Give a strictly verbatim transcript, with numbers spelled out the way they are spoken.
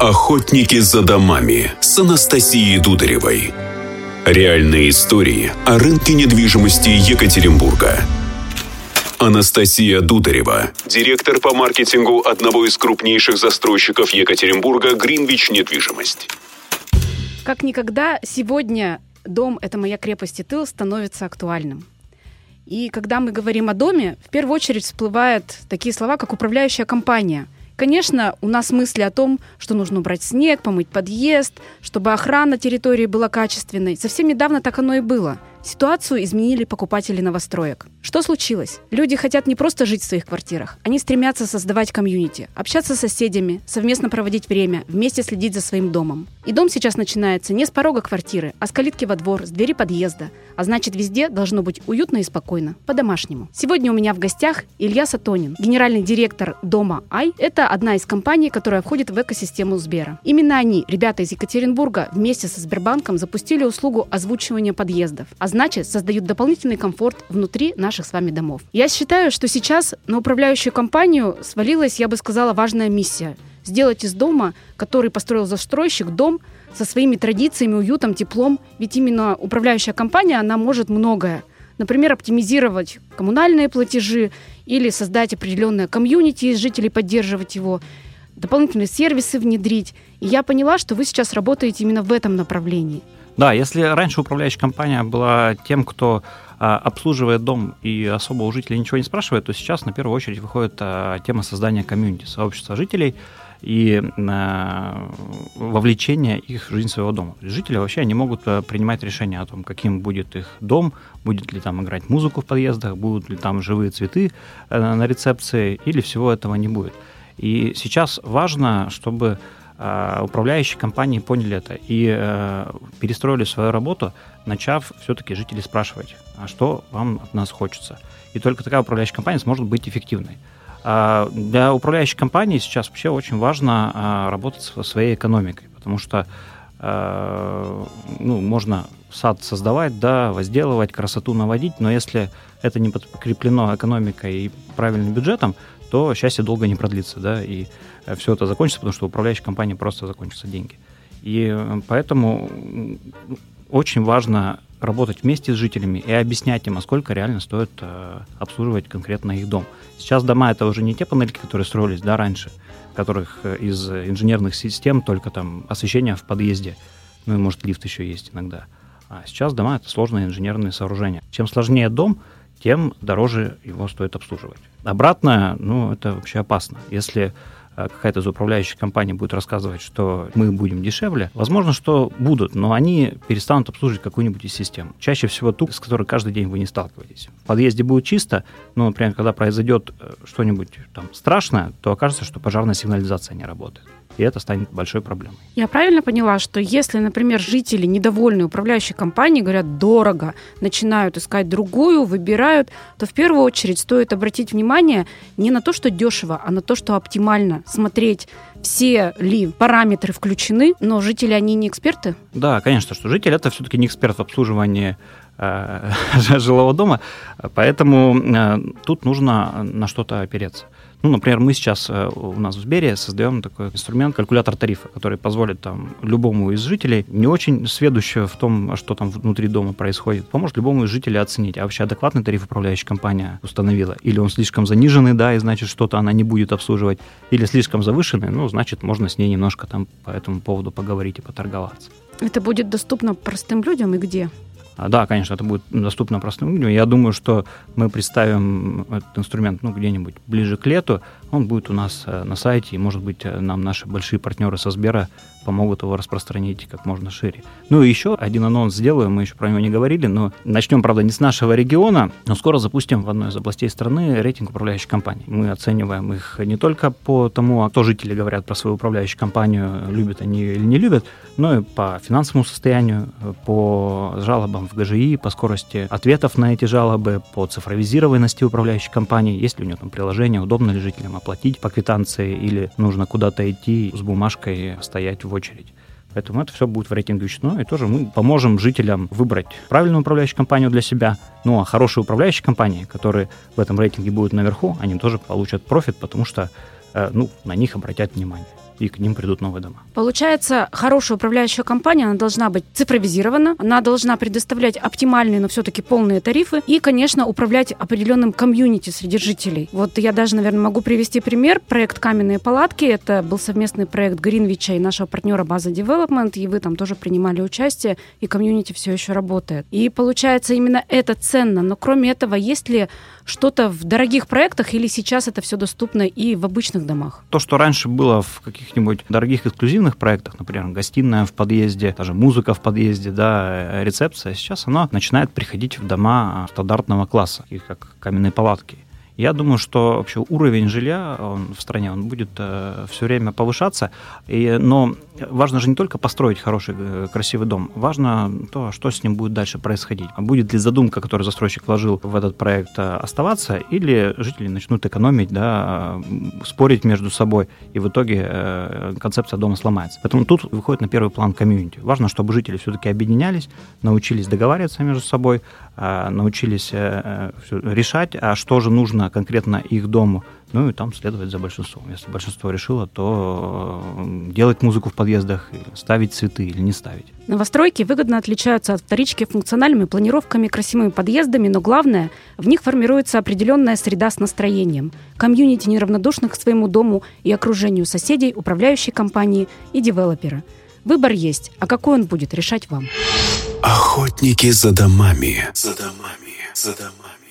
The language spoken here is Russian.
«Охотники за домами» с Анастасией Дударевой. Реальные истории о рынке недвижимости Екатеринбурга. Анастасия Дударева, директор по маркетингу одного из крупнейших застройщиков Екатеринбурга «Гринвич Недвижимость». Как никогда сегодня дом – это моя крепость и тыл становится актуальным. И когда мы говорим о доме, в первую очередь всплывают такие слова, как управляющая компания. Конечно, у нас мысли о том, что нужно убрать снег, помыть подъезд, чтобы охрана территории была качественной. Совсем недавно так оно и было. Ситуацию изменили покупатели новостроек. Что случилось? Люди хотят не просто жить в своих квартирах, они стремятся создавать комьюнити, общаться с соседями, совместно проводить время, вместе следить за своим домом. И дом сейчас начинается не с порога квартиры, а с калитки во двор, с двери подъезда. А значит, везде должно быть уютно и спокойно, по-домашнему. Сегодня у меня в гостях Илья Сатонин, генеральный директор дома Ай. Это одна из компаний, которая входит в экосистему Сбера. Именно они, ребята из Екатеринбурга, вместе со Сбербанком запустили услугу озвучивания подъездов. А значит, создают дополнительный комфорт внутри наших с вами домов. Я считаю, что сейчас на управляющую компанию свалилась, я бы сказала, важная миссия. Сделать из дома, который построил застройщик, дом со своими традициями, уютом, теплом. Ведь именно управляющая компания, она может многое. Например, оптимизировать коммунальные платежи или создать определенное комьюнити из жителей, поддерживать его, дополнительные сервисы внедрить. И я поняла, что вы сейчас работаете именно в этом направлении. Да, если раньше управляющая компания была тем, кто а, обслуживает дом и особо у жителей ничего не спрашивает, то сейчас на первую очередь выходит а, тема создания комьюнити, сообщества жителей и а, вовлечения их в жизнь своего дома. Жители вообще не могут а, принимать решения о том, каким будет их дом, будет ли там играть музыку в подъездах, будут ли там живые цветы а, на рецепции, или всего этого не будет. И сейчас важно, чтобы управляющие компании поняли это и э, перестроили свою работу, начав все-таки жителей спрашивать, а что вам от нас хочется. И только такая управляющая компания сможет быть эффективной. А для управляющей компании сейчас вообще очень важно а, работать со своей экономикой, потому что а, ну, можно сад создавать, да, возделывать, красоту наводить, но если это не подкреплено экономикой и правильным бюджетом, то счастье долго не продлится, да, и все это закончится, потому что у управляющей компании просто закончатся деньги. И поэтому очень важно работать вместе с жителями и объяснять им, а сколько реально стоит обслуживать конкретно их дом. Сейчас дома — это уже не те панельки, которые строились, да, раньше, которых из инженерных систем только там освещение в подъезде, ну и, может, лифт еще есть иногда. А сейчас дома — это сложные инженерные сооружения. Чем сложнее дом, тем дороже его стоит обслуживать. Обратно, ну, это вообще опасно. Если какая-то из управляющих компаний будет рассказывать, что мы будем дешевле, возможно, что будут, но они перестанут обслуживать какую-нибудь из систем. Чаще всего ту, с которой каждый день вы не сталкиваетесь. В подъезде будет чисто, но, например, когда произойдет что-нибудь там страшное, то окажется, что пожарная сигнализация не работает. И это станет большой проблемой. Я правильно поняла, что если, например, жители недовольны управляющей компанией, говорят «дорого», начинают искать другую, выбирают, то в первую очередь стоит обратить внимание не на то, что дешево, а на то, что оптимально. Смотреть, все ли параметры включены, но жители, они не эксперты? Да, конечно, что житель – это все-таки не эксперт в обслуживании э, жилого дома, поэтому э, тут нужно на что-то опереться. Ну, например, мы сейчас у нас в Сбере создаем такой инструмент, калькулятор тарифа, который позволит там любому из жителей, не очень сведущего в том, что там внутри дома происходит, поможет любому из жителей оценить, а вообще адекватный тариф управляющая компания установила, или он слишком заниженный, да, и значит, что-то она не будет обслуживать, или слишком завышенный, ну, значит, можно с ней немножко там по этому поводу поговорить и поторговаться. Это будет доступно простым людям и где? Да, конечно, это будет доступно простым людям. Я думаю, что мы представим этот инструмент ну, где-нибудь ближе к лету. Он будет у нас на сайте, и, может быть, нам наши большие партнеры со Сбера помогут его распространить как можно шире. Ну и еще один анонс сделаю, мы еще про него не говорили, но начнем, правда, не с нашего региона, но скоро запустим в одной из областей страны рейтинг управляющих компаний. Мы оцениваем их не только по тому, что жители говорят про свою управляющую компанию, любят они или не любят, но и по финансовому состоянию, по жалобам в ГЖИ, по скорости ответов на эти жалобы, по цифровизированности управляющей компании, есть ли у нее там приложение, удобно ли жителям оплатить по квитанции или нужно куда-то идти с бумажкой, стоять в очередь. Поэтому это все будет в рейтинге учтено, и тоже мы поможем жителям выбрать правильную управляющую компанию для себя. Ну, а хорошие управляющие компании, которые в этом рейтинге будут наверху, они тоже получат профит, потому что ну, на них обратят внимание. и к ним придут новые дома. Получается, хорошая управляющая компания, она должна быть цифровизирована, она должна предоставлять оптимальные, но все-таки полные тарифы и, конечно, управлять определенным комьюнити среди жителей. Вот я даже, наверное, могу привести пример. Проект «Каменные палатки» — это был совместный проект Гринвича и нашего партнера База Девелопмент, и вы там тоже принимали участие, и комьюнити все еще работает. И получается, именно это ценно. Но кроме этого, есть ли что-то в дорогих проектах или сейчас это все доступно и в обычных домах? То, что раньше было в каких-нибудь дорогих эксклюзивных проектах, например, гостиная в подъезде, даже музыка в подъезде, да, рецепция, сейчас оно начинает приходить в дома стандартного класса, таких как каменные палатки. Я думаю, что вообще уровень жилья он, в стране он будет э, все время повышаться, и, но важно же не только построить хороший, э, красивый дом, важно то, что с ним будет дальше происходить. Будет ли задумка, которую застройщик вложил в этот проект, оставаться, или жители начнут экономить, да, спорить между собой, и в итоге э, концепция дома сломается. Поэтому тут выходит на первый план комьюнити. Важно, чтобы жители все-таки объединялись, научились договариваться между собой, э, научились э, э, решать, а что же нужно конкретно их дому, ну и там следовать за большинством. Если большинство решило, то делать музыку в подъездах, ставить цветы или не ставить. Новостройки выгодно отличаются от вторички функциональными планировками, красивыми подъездами, но главное, в них формируется определенная среда с настроением. Комьюнити неравнодушных к своему дому и окружению соседей, управляющей компании и девелопера. Выбор есть, а какой он будет, решать вам. Охотники за домами. За домами. За домами.